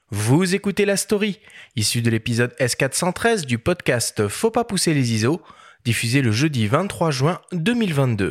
Vous écoutez La Story, issue de l'épisode S413 du podcast Faut pas pousser les ISO, diffusé le jeudi 23 juin 2022.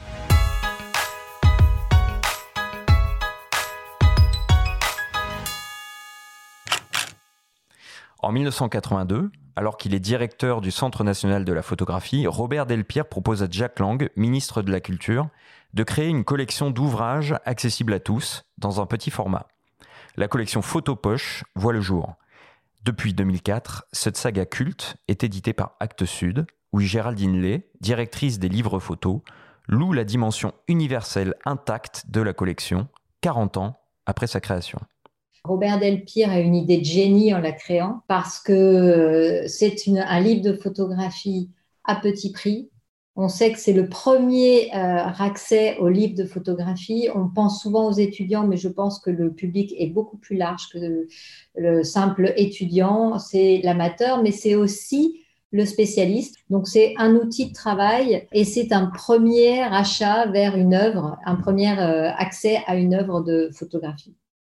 En 1982, alors qu'il est directeur du Centre national de la photographie, Robert Delpire propose à Jack Lang, ministre de la Culture, de créer une collection d'ouvrages accessibles à tous, dans un petit format. La collection Photopoche voit le jour. Depuis 2004, cette saga culte est éditée par Actes Sud, où Géraldine Lay, directrice des livres photos, loue la dimension universelle intacte de la collection, 40 ans après sa création. Robert Delpire a une idée de génie en la créant parce que c'est un livre de photographie à petit prix. On sait que c'est le premier accès aux livres de photographie. On pense souvent aux étudiants, mais je pense que le public est beaucoup plus large que le simple étudiant. C'est l'amateur, mais c'est aussi le spécialiste. Donc, c'est un outil de travail et c'est un premier achat vers une œuvre, un premier accès à une œuvre de photographie.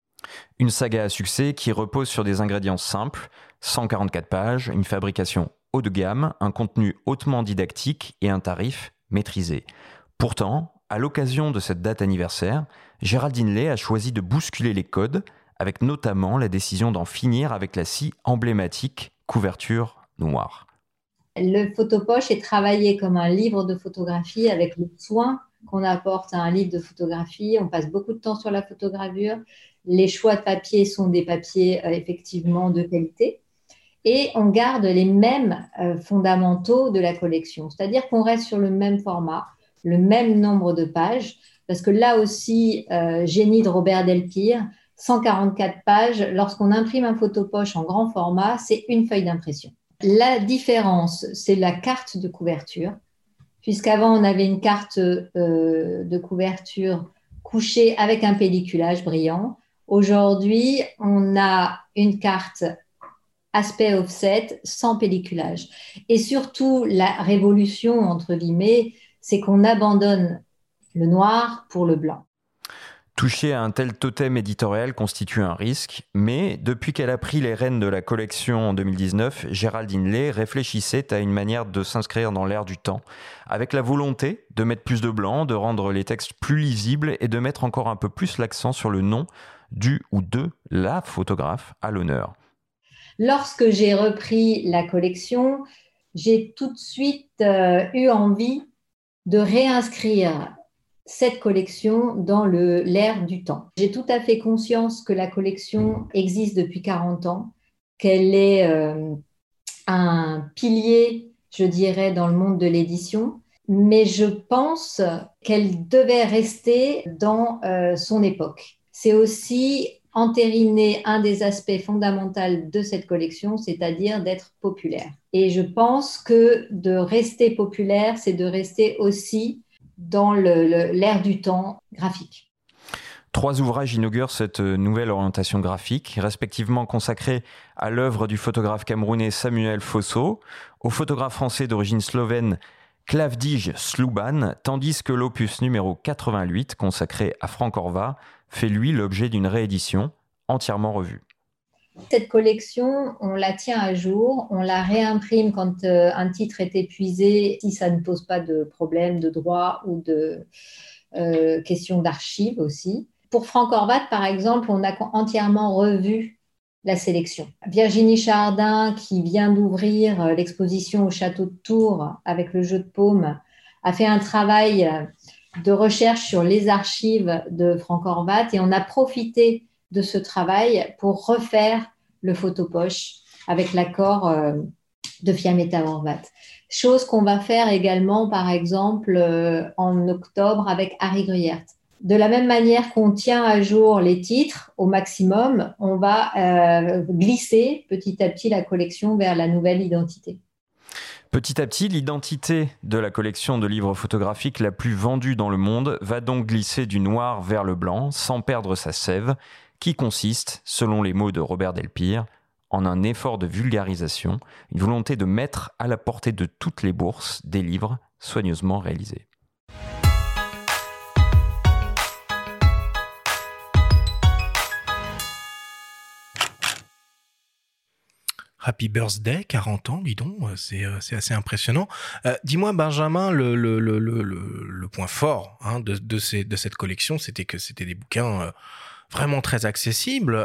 Une saga à succès qui repose sur des ingrédients simples, 144 pages, une fabrication haut de gamme, un contenu hautement didactique et un tarif maîtrisé. Pourtant, à l'occasion de cette date anniversaire, Géraldine Lay a choisi de bousculer les codes, avec notamment la décision d'en finir avec la si emblématique couverture noire. Le Photopoche est travaillé comme un livre de photographie avec le soin qu'on apporte à un livre de photographie. On passe beaucoup de temps sur la photogravure. Les choix de papier sont des papiers effectivement de qualité. Et on garde les mêmes fondamentaux de la collection. C'est-à-dire qu'on reste sur le même format, le même nombre de pages, parce que là aussi, génie de Robert Delpire, 144 pages, lorsqu'on imprime un photopoche en grand format, c'est une feuille d'impression. La différence, c'est la carte de couverture, puisqu'avant, on avait une carte de couverture couchée avec un pelliculage brillant. Aujourd'hui, on a une carte aspect offset sans pelliculage. Et surtout, la révolution, entre guillemets, c'est qu'on abandonne le noir pour le blanc. Toucher à un tel totem éditorial constitue un risque, mais depuis qu'elle a pris les rênes de la collection en 2019, Géraldine Lay réfléchissait à une manière de s'inscrire dans l'air du temps, avec la volonté de mettre plus de blanc, de rendre les textes plus lisibles et de mettre encore un peu plus l'accent sur le nom du ou de la photographe à l'honneur. Lorsque j'ai repris la collection, j'ai tout de suite eu envie de réinscrire cette collection dans l'ère du temps. J'ai tout à fait conscience que la collection existe depuis 40 ans, qu'elle est un pilier, je dirais, dans le monde de l'édition, mais je pense qu'elle devait rester dans son époque. C'est aussi entériner un des aspects fondamentaux de cette collection, c'est-à-dire d'être populaire. Et je pense que de rester populaire, c'est de rester aussi dans l'ère du temps graphique. 3 ouvrages inaugurent cette nouvelle orientation graphique, respectivement consacrés à l'œuvre du photographe camerounais Samuel Fosso, au photographe français d'origine slovène Klavdij Sluban, tandis que l'opus numéro 88, consacré à Frank Horvat, fait lui l'objet d'une réédition entièrement revue. Cette collection, on la tient à jour, on la réimprime quand un titre est épuisé, si ça ne pose pas de problème de droit ou de questions d'archives aussi. Pour Frank Horvat, par exemple, on a entièrement revu la sélection. Virginie Chardin, qui vient d'ouvrir l'exposition au château de Tours avec le jeu de paume, a fait un travail de recherche sur les archives de Frank Horvat et on a profité de ce travail pour refaire le photopoche avec l'accord de Fiammetta Horvat. Chose qu'on va faire également, par exemple, en octobre avec Harry Gruyert. De la même manière qu'on tient à jour les titres au maximum, on va glisser petit à petit la collection vers la nouvelle identité. Petit à petit, l'identité de la collection de livres photographiques la plus vendue dans le monde va donc glisser du noir vers le blanc, sans perdre sa sève, qui consiste, selon les mots de Robert Delpire, en un effort de vulgarisation, une volonté de mettre à la portée de toutes les bourses des livres soigneusement réalisés. Happy birthday, 40 ans, dis donc, c'est assez impressionnant. Dis-moi, Benjamin, le point fort de cette collection, c'était que c'était des bouquins vraiment très accessibles.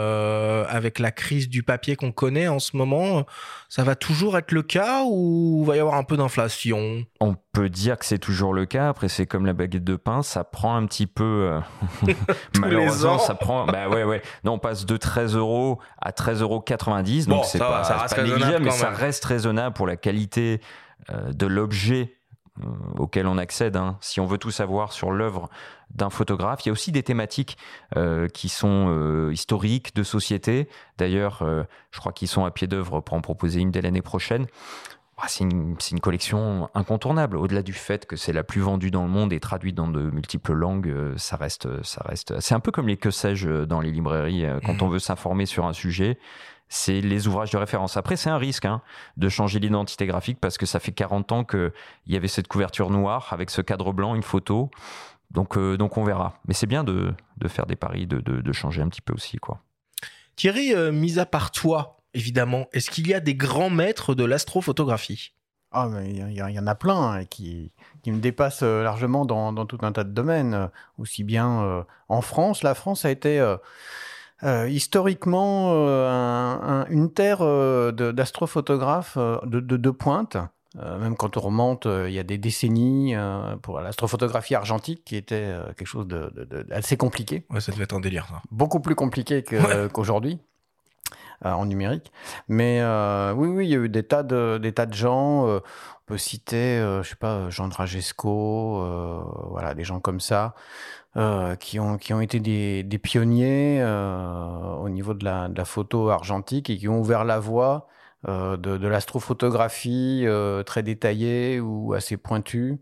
Avec la crise du papier qu'on connaît en ce moment, ça va toujours être le cas ou va y avoir un peu d'inflation ? On peut dire que c'est toujours le cas. Après, c'est comme la baguette de pain, ça prend un petit peu. Malheureusement, ça prend. Bah ouais. Non, on passe de 13 € à 13,90 €. Donc c'est pas négligeable, mais ça reste raisonnable pour la qualité de l'objet auquel on accède. Si on veut tout savoir sur l'œuvre d'un photographe, il y a aussi des thématiques qui sont historiques, de société. D'ailleurs, je crois qu'ils sont à pied d'œuvre pour en proposer une dès l'année prochaine. C'est une collection incontournable. Au-delà du fait que c'est la plus vendue dans le monde et traduite dans de multiples langues, ça reste. C'est un peu comme les que sais-je dans les librairies. Quand on veut s'informer sur un sujet, c'est les ouvrages de référence. Après, c'est un risque de changer l'identité graphique parce que ça fait 40 ans qu'il y avait cette couverture noire avec ce cadre blanc, une photo. Donc on verra. Mais c'est bien de faire des paris, de changer un petit peu aussi, quoi. Thierry, mis à part toi, évidemment, est-ce qu'il y a des grands maîtres de l'astrophotographie ? Il y en a plein qui me dépassent largement dans tout un tas de domaines. Aussi bien en France. La France a été historiquement une terre d'astrophotographes de pointe. Même quand on remonte, il y a des décennies pour l'astrophotographie argentique qui était quelque chose d'assez compliqué. Ouais, ça devait être un délire, ça. Beaucoup plus compliqué qu'aujourd'hui. En numérique. Mais oui, il y a eu des tas de gens. On peut citer, Jean Dragesco, voilà, des gens comme ça, qui ont été des pionniers au niveau de la photo argentique et qui ont ouvert la voie de l'astrophotographie très détaillée ou assez pointue.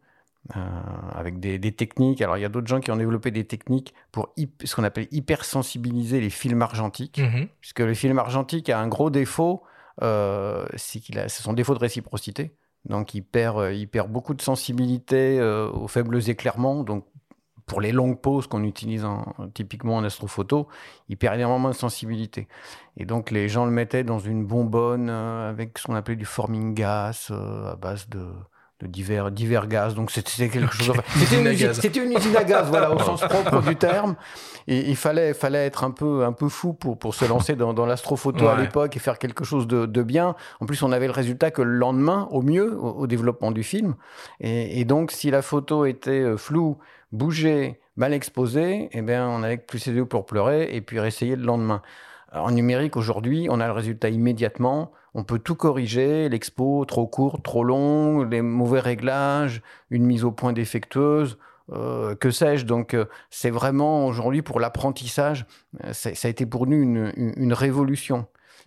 Avec des techniques. Alors, il y a d'autres gens qui ont développé des techniques pour ce qu'on appelle hypersensibiliser les films argentiques, puisque le film argentique a un gros défaut, c'est c'est son défaut de réciprocité. Donc, il perd beaucoup de sensibilité aux faibles éclairements. Donc, pour les longues poses qu'on utilise typiquement en astrophoto, il perd énormément de sensibilité. Et donc, les gens le mettaient dans une bonbonne avec ce qu'on appelait du forming gas à base de divers gaz. Donc, c'était quelque chose... C'était une usine à gaz, voilà, au sens propre du terme. Et il fallait être un peu fou pour se lancer dans l'astrophoto à l'époque et faire quelque chose de bien. En plus, on avait le résultat que le lendemain, au mieux, au développement du film. Et donc, si la photo était floue, bougée, mal exposée, eh bien, on avait plus ses yeux pour pleurer et puis réessayer le lendemain. En numérique, aujourd'hui, on a le résultat immédiatement. On peut tout corriger, l'expo trop courte, trop longue, les mauvais réglages, une mise au point défectueuse, que sais-je. Donc, c'est vraiment, aujourd'hui, pour l'apprentissage, ça a été pour nous une révolution.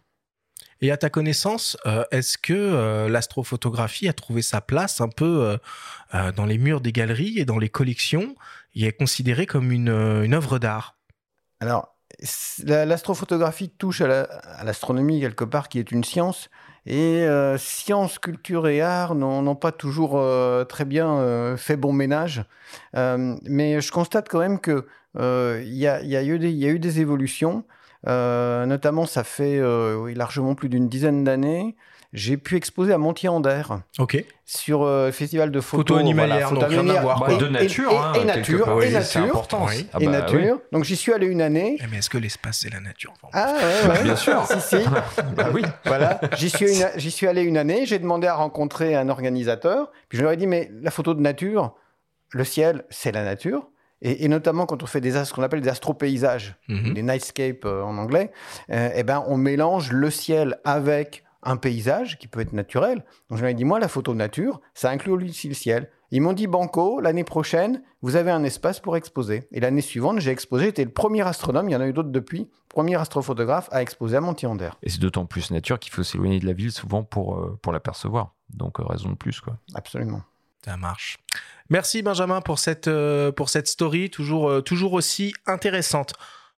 Et à ta connaissance, est-ce que l'astrophotographie a trouvé sa place un peu dans les murs des galeries et dans les collections et est considérée comme une œuvre d'art ? Alors, l'astrophotographie touche à l'astronomie quelque part, qui est une science, et science, culture et art n'ont pas toujours très bien fait bon ménage. Mais je constate quand même que il y a eu des évolutions. Notamment, ça fait largement plus d'une dizaine d'années. J'ai pu exposer à Montier-en-Der sur le festival de photo animalière, donc rien à voir. De nature, et nature, c'est important. Oui. Et nature. Donc j'y suis allé une année. Mais est-ce que l'espace c'est la nature ? Ouais. Bien sûr. Si. Oui. Voilà. J'y suis allé une année. J'ai demandé à rencontrer un organisateur. Puis je leur ai dit, mais la photo de nature, le ciel, c'est la nature. Et notamment quand on fait ce qu'on appelle des astropaysages, des nightscapes en anglais, on mélange le ciel avec un paysage qui peut être naturel. Donc je leur ai dit, moi, la photo de nature, ça inclut aussi le ciel. Ils m'ont dit, banco, l'année prochaine, vous avez un espace pour exposer. Et l'année suivante, j'ai exposé, j'étais le premier astronome, il y en a eu d'autres depuis, premier astrophotographe à exposer à Montier-en-Der. Et c'est d'autant plus nature qu'il faut s'éloigner de la ville souvent pour l'apercevoir. Donc raison de plus, quoi. Absolument. Ça marche. Merci Benjamin pour cette story toujours aussi intéressante.